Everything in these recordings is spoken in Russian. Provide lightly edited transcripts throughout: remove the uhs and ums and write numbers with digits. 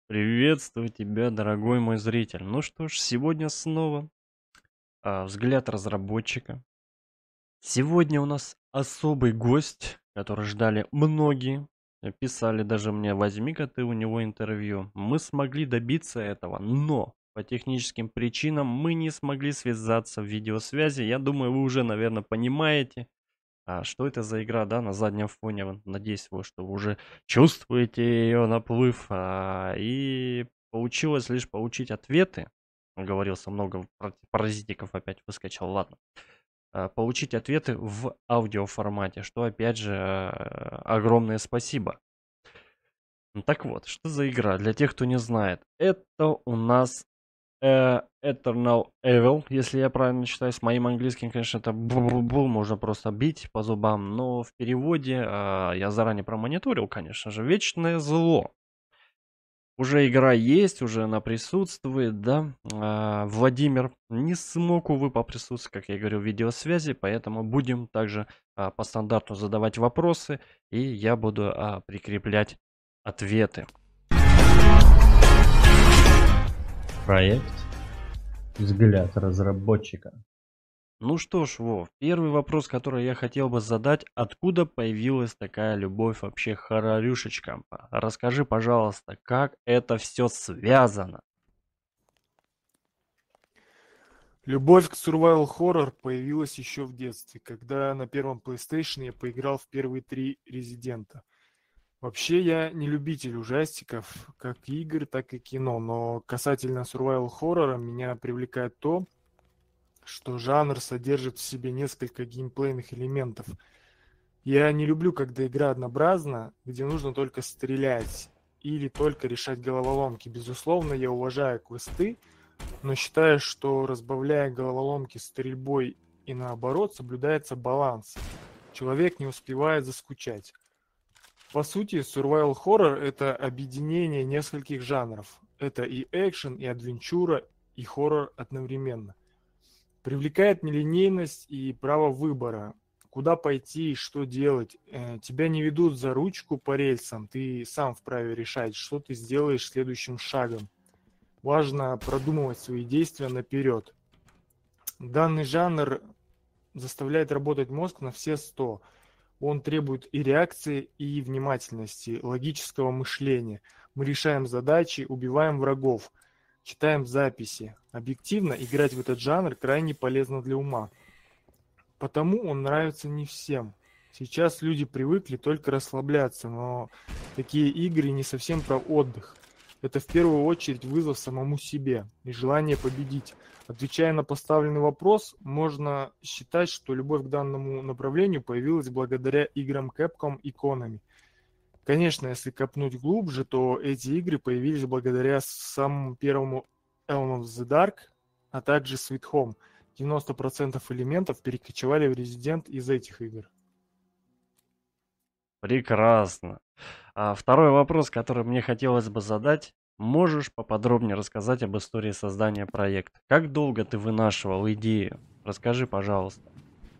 Приветствую тебя, дорогой мой зритель. Ну что ж, сегодня снова взгляд разработчика. Сегодня у нас особый гость, который ждали многие. Писали даже мне, возьми-ка ты у него интервью. Мы смогли добиться этого, но по техническим причинам мы не смогли связаться в видеосвязи. Я думаю, вы уже, наверное, понимаете, что это за игра, да, на заднем фоне. Надеюсь, что вы уже чувствуете ее наплыв. И получилось лишь получить ответы. Говорился много, паразитиков опять выскочил, ладно. Получить ответы в аудиоформате, что опять же огромное спасибо. Ну, так вот, что за игра? Для тех, кто не знает, это у нас Eternal Evil, если я правильно читаю. С моим английским, конечно, это бу-бу-бу, можно просто бить по зубам, но в переводе я заранее промониторил, конечно же, Вечное Зло. Уже игра есть, уже она присутствует, да. Владимир не смог, увы, поприсутствовать, как я говорил, в видеосвязи, поэтому будем также по стандарту задавать вопросы, и я буду прикреплять ответы. Проект «Взгляд разработчика». Ну что ж, Вов, первый вопрос, который я хотел бы задать, откуда появилась такая любовь вообще к хоррорюшечкам? Расскажи, пожалуйста, как это все связано? Любовь к survival horror появилась еще в детстве, когда на первом PlayStation я поиграл в первые 3 Резидента. Вообще я не любитель ужастиков, как игр, так и кино, но касательно survival хоррора меня привлекает то, что жанр содержит в себе несколько геймплейных элементов. Я не люблю, когда игра однообразна, где нужно только стрелять или только решать головоломки. Безусловно, я уважаю квесты, но считаю, что разбавляя головоломки стрельбой и наоборот, соблюдается баланс. Человек не успевает заскучать. По сути, survival horror — это объединение нескольких жанров. Это и экшен, и адвенчура, и хоррор одновременно. Привлекает нелинейность и право выбора. Куда пойти и что делать. Тебя не ведут за ручку по рельсам, ты сам вправе решать, что ты сделаешь следующим шагом. Важно продумывать свои действия наперед. Данный жанр заставляет работать мозг на все 100. Он требует и реакции, и внимательности, логического мышления. Мы решаем задачи, убиваем врагов, читаем записи. Объективно, играть в этот жанр крайне полезно для ума. Потому он нравится не всем. Сейчас люди привыкли только расслабляться, но такие игры не совсем про отдых. Это в первую очередь вызов самому себе и желание победить. Отвечая на поставленный вопрос, можно считать, что любовь к данному направлению появилась благодаря играм Capcom и Konami. Конечно, если копнуть глубже, то эти игры появились благодаря самому первому Alone of the Dark, а также Sweet Home. 90% элементов перекочевали в Resident из этих игр. Прекрасно. Второй вопрос, который мне хотелось бы задать. Можешь поподробнее рассказать об истории создания проекта? Как долго ты вынашивал идею? Расскажи, пожалуйста.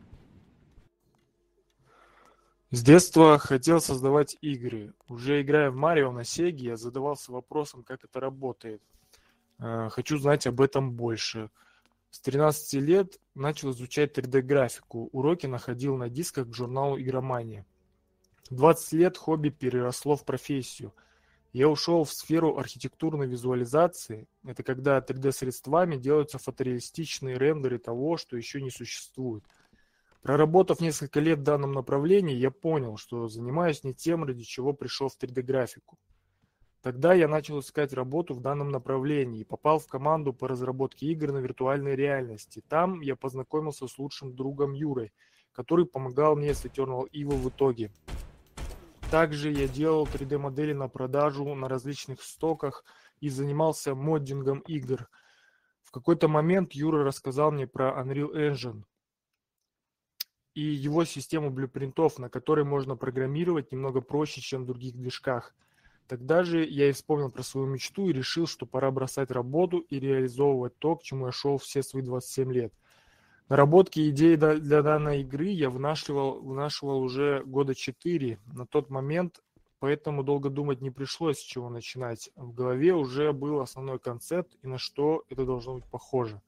С детства хотел создавать игры. Уже играя в Марио на Сеге, я задавался вопросом, как это работает. Хочу знать об этом больше. С 13 лет начал изучать 3D-графику. Уроки находил на дисках к журналу «Игромания». В 20 лет хобби переросло в профессию. Я ушел в сферу архитектурной визуализации. Это когда 3D-средствами делаются фотореалистичные рендеры того, что еще не существует. Проработав несколько лет в данном направлении, я понял, что занимаюсь не тем, ради чего пришел в 3D-графику. Тогда я начал искать работу в данном направлении и попал в команду по разработке игр на виртуальной реальности. Там я познакомился с лучшим другом Юрой, который помогал мне с Eternal Evil в итоге. Также я делал 3D-модели на продажу на различных стоках и занимался моддингом игр. В какой-то момент Юра рассказал мне про Unreal Engine и его систему блюпринтов, на которой можно программировать немного проще, чем в других движках. Тогда же я и вспомнил про свою мечту и решил, что пора бросать работу и реализовывать то, к чему я шел все свои 27 лет. Наработки идеи для данной игры я вынашивал уже года 4. На тот момент поэтому долго думать не пришлось, с чего начинать. В голове уже был основной концепт и на что это должно быть похоже.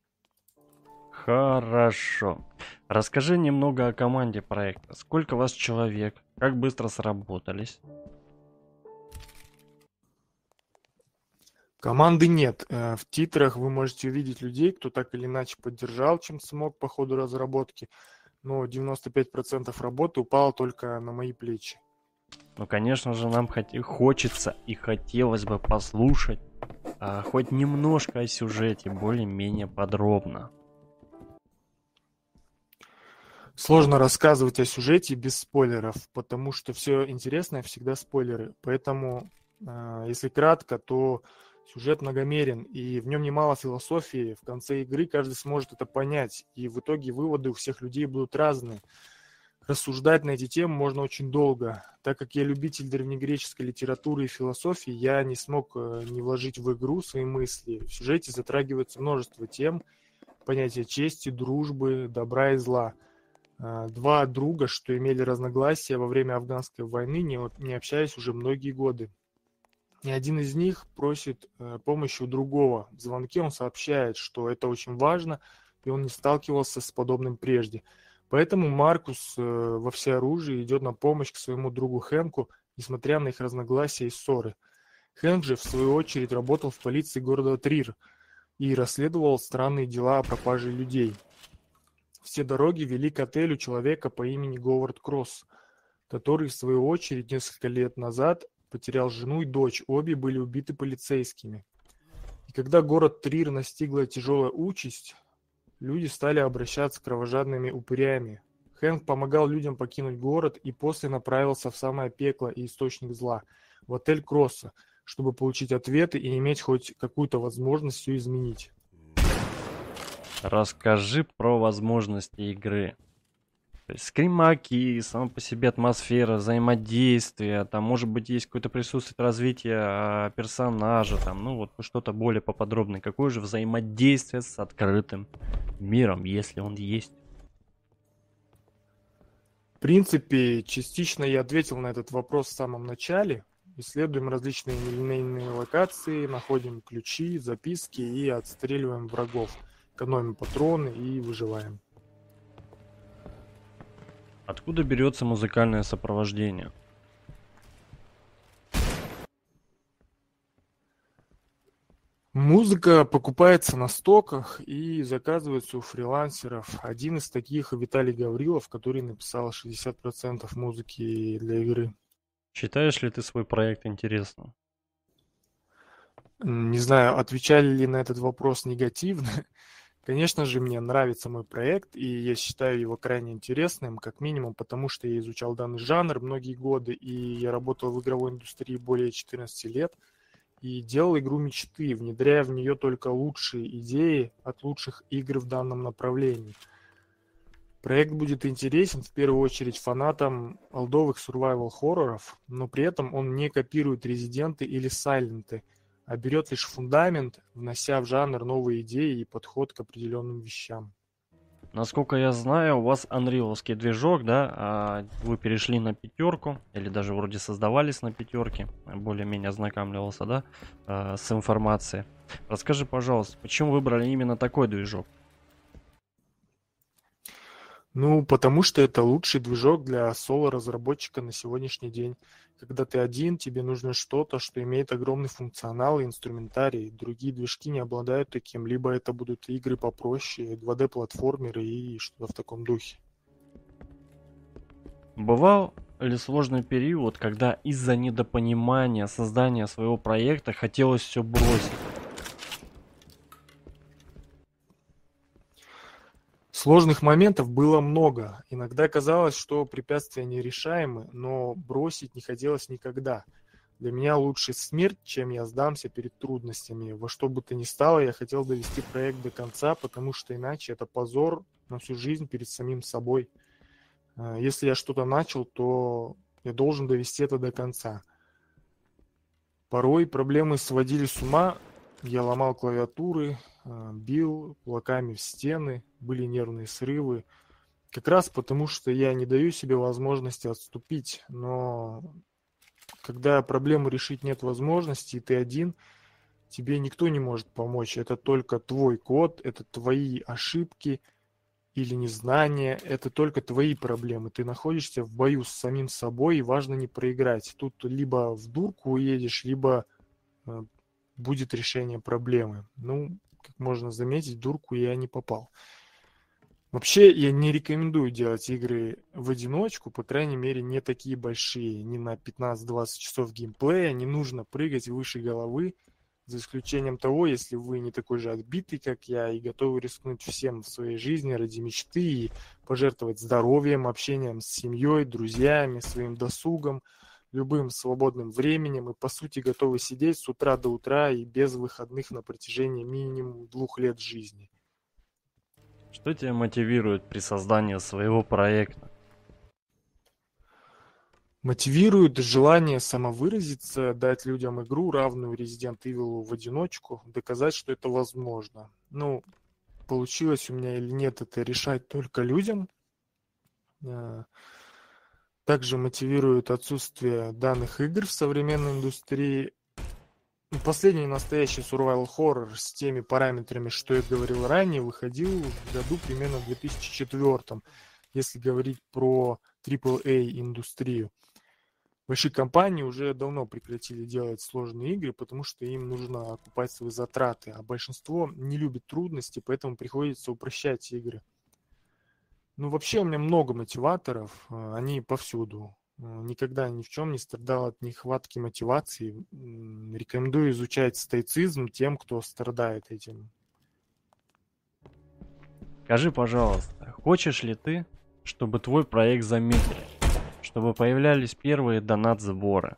Хорошо. Расскажи немного о команде проекта. Сколько вас человек? Как быстро сработались? Команды нет. В титрах вы можете увидеть людей, кто так или иначе поддержал, чем смог по ходу разработки, но 95% работы упало только на мои плечи. Ну, конечно же, нам хочется и хотелось бы послушать хоть немножко о сюжете, более-менее подробно. Сложно рассказывать о сюжете без спойлеров, потому что все интересное всегда спойлеры. Поэтому, если кратко, то сюжет многомерен, и в нем немало философии. В конце игры каждый сможет это понять, и в итоге выводы у всех людей будут разные. Рассуждать на эти темы можно очень долго. Так как я любитель древнегреческой литературы и философии, я не смог не вложить в игру свои мысли. В сюжете затрагивается множество тем, понятия чести, дружбы, добра и зла. Два друга, что имели разногласия во время афганской войны, не общались уже многие годы. И один из них просит помощи у другого. В звонке он сообщает, что это очень важно, и он не сталкивался с подобным прежде. Поэтому Маркус во всеоружии идет на помощь к своему другу Хэнку, несмотря на их разногласия и ссоры. Хэнк же, в свою очередь, работал в полиции города Трир и расследовал странные дела о пропаже людей. Все дороги вели к отелю человека по имени Говард Кросс, который, в свою очередь, несколько лет назад потерял жену и дочь. Обе были убиты полицейскими. И когда город Трир настигла тяжелая участь, люди стали обращаться к кровожадными упырями. Хэнк помогал людям покинуть город и после направился в самое пекло и источник зла, в отель Кросса, чтобы получить ответы и иметь хоть какую-то возможность все изменить. Расскажи про возможности игры. То есть скримаки, сама по себе атмосфера, взаимодействие, там может быть есть какое-то присутствие развития персонажа, там, ну вот что-то более поподробное. Какое же взаимодействие с открытым миром, если он есть? В принципе, частично я ответил на этот вопрос в самом начале. Исследуем различные нелинейные локации, находим ключи, записки и отстреливаем врагов, экономим патроны и выживаем. Откуда берется музыкальное сопровождение? Музыка покупается на стоках и заказывается у фрилансеров. Один из таких Виталий Гаврилов, который написал 60% музыки для игры. Считаешь ли ты свой проект интересным? Не знаю, отвечали ли на этот вопрос негативно. Конечно же, мне нравится мой проект, и я считаю его крайне интересным, как минимум, потому что я изучал данный жанр многие годы, и я работал в игровой индустрии более 14 лет, и делал игру мечты, внедряя в нее только лучшие идеи от лучших игр в данном направлении. Проект будет интересен в первую очередь фанатам олдовых survival-хорроров, но при этом он не копирует резиденты или сайленты, а берет лишь фундамент, внося в жанр новые идеи и подход к определенным вещам. Насколько я знаю, у вас анриловский движок, да? Вы перешли на пятерку, или даже вроде создавались на пятерке, более-менее ознакомливался, да, с информацией. Расскажи, пожалуйста, почему выбрали именно такой движок? Ну, потому что это лучший движок для соло-разработчика на сегодняшний день. Когда ты один, тебе нужно что-то, что имеет огромный функционал и инструментарий. Другие движки не обладают таким, либо это будут игры попроще, 2D-платформеры и что-то в таком духе. Бывал ли сложный период, когда из-за недопонимания создания своего проекта хотелось все бросить? Сложных моментов было много. Иногда казалось, что препятствия нерешаемы, но бросить не хотелось никогда. Для меня лучше смерть, чем я сдамся перед трудностями. Во что бы то ни стало, я хотел довести проект до конца, потому что иначе это позор на всю жизнь перед самим собой. Если я что-то начал, то я должен довести это до конца. Порой проблемы сводили с ума. Я ломал клавиатуры, бил кулаками в стены, были нервные срывы. Как раз потому, что я не даю себе возможности отступить, но Когда проблему решить нет возможности, и ты один, тебе никто не может помочь. Это только твой код, это твои ошибки или незнание, это только твои проблемы. Ты находишься в бою с самим собой, и важно не проиграть. Тут либо в дурку уедешь, либо будет решение проблемы. Ну, как можно заметить, в дурку я не попал. Вообще, я не рекомендую делать игры в одиночку, по крайней мере, не такие большие, не на 15-20 часов геймплея, не нужно прыгать выше головы, за исключением того, если вы не такой же отбитый, как я, и готовы рискнуть всем в своей жизни ради мечты и пожертвовать здоровьем, общением с семьей, друзьями, своим досугом, любым свободным временем, и по сути готовы сидеть с утра до утра и без выходных на протяжении минимум 2 лет жизни. Что тебя мотивирует при создании своего проекта? Мотивирует желание самовыразиться, дать людям игру, равную Resident Evil в одиночку, доказать, что это возможно. Ну, получилось у меня или нет, это решать только людям. Также мотивирует отсутствие данных игр в современной индустрии. Последний настоящий survival horror с теми параметрами, что я говорил ранее, выходил в году примерно в 2004, если говорить про AAA индустрию. Большие компании уже давно прекратили делать сложные игры, потому что им нужно окупать свои затраты, а большинство не любит трудности, поэтому приходится упрощать игры. Ну, вообще у меня много мотиваторов, они повсюду. Никогда ни в чем не страдал от нехватки мотивации. Рекомендую изучать стоицизм тем, кто страдает этим. Скажи, пожалуйста, хочешь ли ты, чтобы твой проект заметили? Чтобы появлялись первые донат-сборы?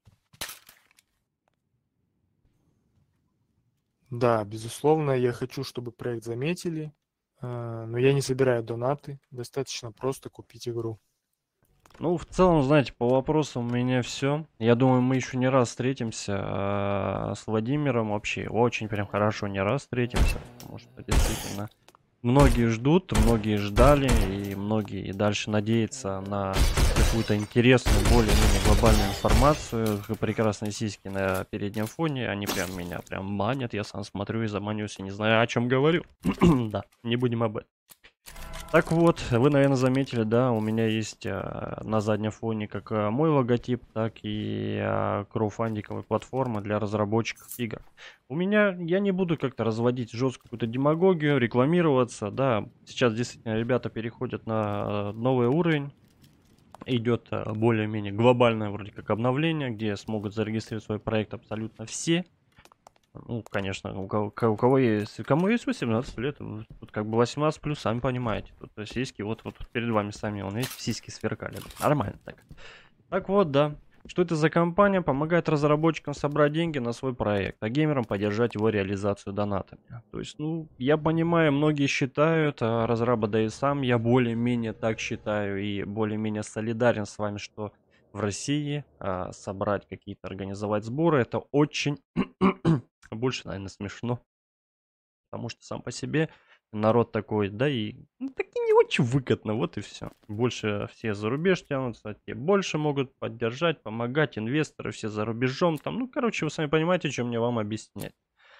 Да, безусловно, я хочу, чтобы проект заметили, но я не собираю донаты. Достаточно просто купить игру. Ну, в целом, знаете, по вопросу у меня все. Я думаю, мы еще не раз встретимся с Владимиром. Вообще, очень прям хорошо не раз встретимся. Потому что действительно многие ждут, многие ждали, и многие и дальше надеются на какую-то интересную, более-менее глобальную информацию. Прекрасные сиськи на переднем фоне, они прям меня прям манят. Я сам смотрю и заманюсь, и не знаю, о чем говорю. Да, не будем об этом. Так вот, вы, наверное, заметили, да, у меня есть на заднем фоне как мой логотип, так и краудфандинговая платформа для разработчиков игр. У меня, я не буду как-то разводить жесткую какую-то демагогию, рекламироваться, да, сейчас действительно ребята переходят на новый уровень, идет более-менее глобальное вроде как обновление, где смогут зарегистрировать свой проект абсолютно все. Ну, конечно, у кого есть, кому есть 18 лет, тут как бы 18 плюс, сами понимаете. Тут сиськи, вот перед вами сами, вон, видите, сиськи сверкали. Нормально так. Так вот, да. Что это за компания? Помогает разработчикам собрать деньги на свой проект, а геймерам поддержать его реализацию донатами. То есть, ну, я понимаю, многие считают, разраба, да и сам, я более-менее так считаю и более-менее солидарен с вами, что в России собрать какие-то, организовать сборы, это очень... Больше, наверное, смешно. Потому что сам по себе народ такой, да и так и не очень выгодно, вот и все. Больше все за рубеж тянутся, те больше могут поддержать, помогать, инвесторы все за рубежом. Там, ну, короче, вы сами понимаете, что мне вам объяснять.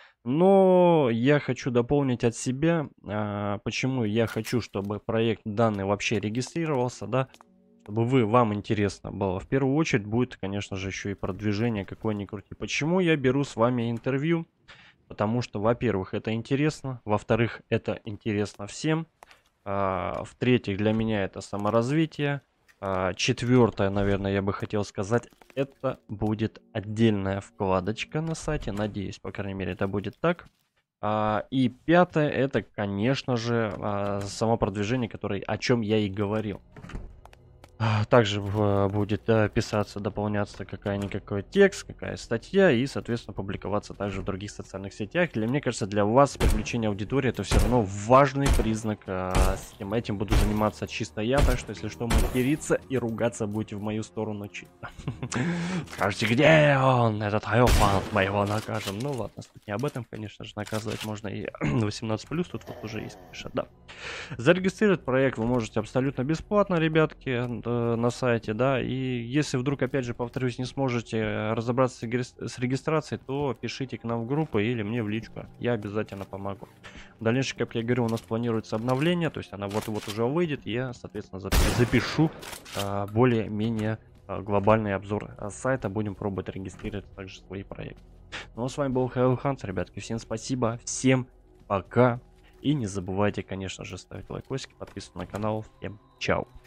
Но я хочу дополнить от себя, почему я хочу, чтобы проект данный вообще регистрировался, да, чтобы вам интересно было. В первую очередь будет, конечно же, еще и продвижение какое-нибудь. Почему я беру с вами интервью? Потому что, во-первых, это интересно. Во-вторых, это интересно всем. В-третьих, для меня это саморазвитие. Четвертое, наверное, я бы хотел сказать, это будет отдельная вкладочка на сайте. Надеюсь, по крайней мере, это будет так. И пятое, это, конечно же, само продвижение, о чем я и говорил. Также будет писаться, дополняться какая-никакой текст, какая статья и, соответственно, публиковаться также в других социальных сетях. Мне кажется, для вас привлечение аудитории это все равно важный признак. С этим буду заниматься чисто я, так что, если что, материться и ругаться будете в мою сторону чисто. Скажите, где он, этот айофант, мы его накажем. Ну ладно, не об этом, конечно же, наказывать можно и 18+, тут вот уже есть, конечно, да. Зарегистрировать проект вы можете абсолютно бесплатно, ребятки. на сайте, да, и если вдруг, опять же, повторюсь, не сможете разобраться с регистрацией, то пишите к нам в группу или мне в личку, я обязательно помогу. В дальнейшем, как я говорю, у нас планируется обновление, то есть она вот-вот уже выйдет, и я, соответственно, запишу более-менее глобальный обзор сайта, будем пробовать регистрировать также свои проекты. Ну а с вами был Hell Hunt, ребятки, всем спасибо, всем пока. И не забывайте, конечно же, ставить лайкосики, подписываться на канал. Всем чао.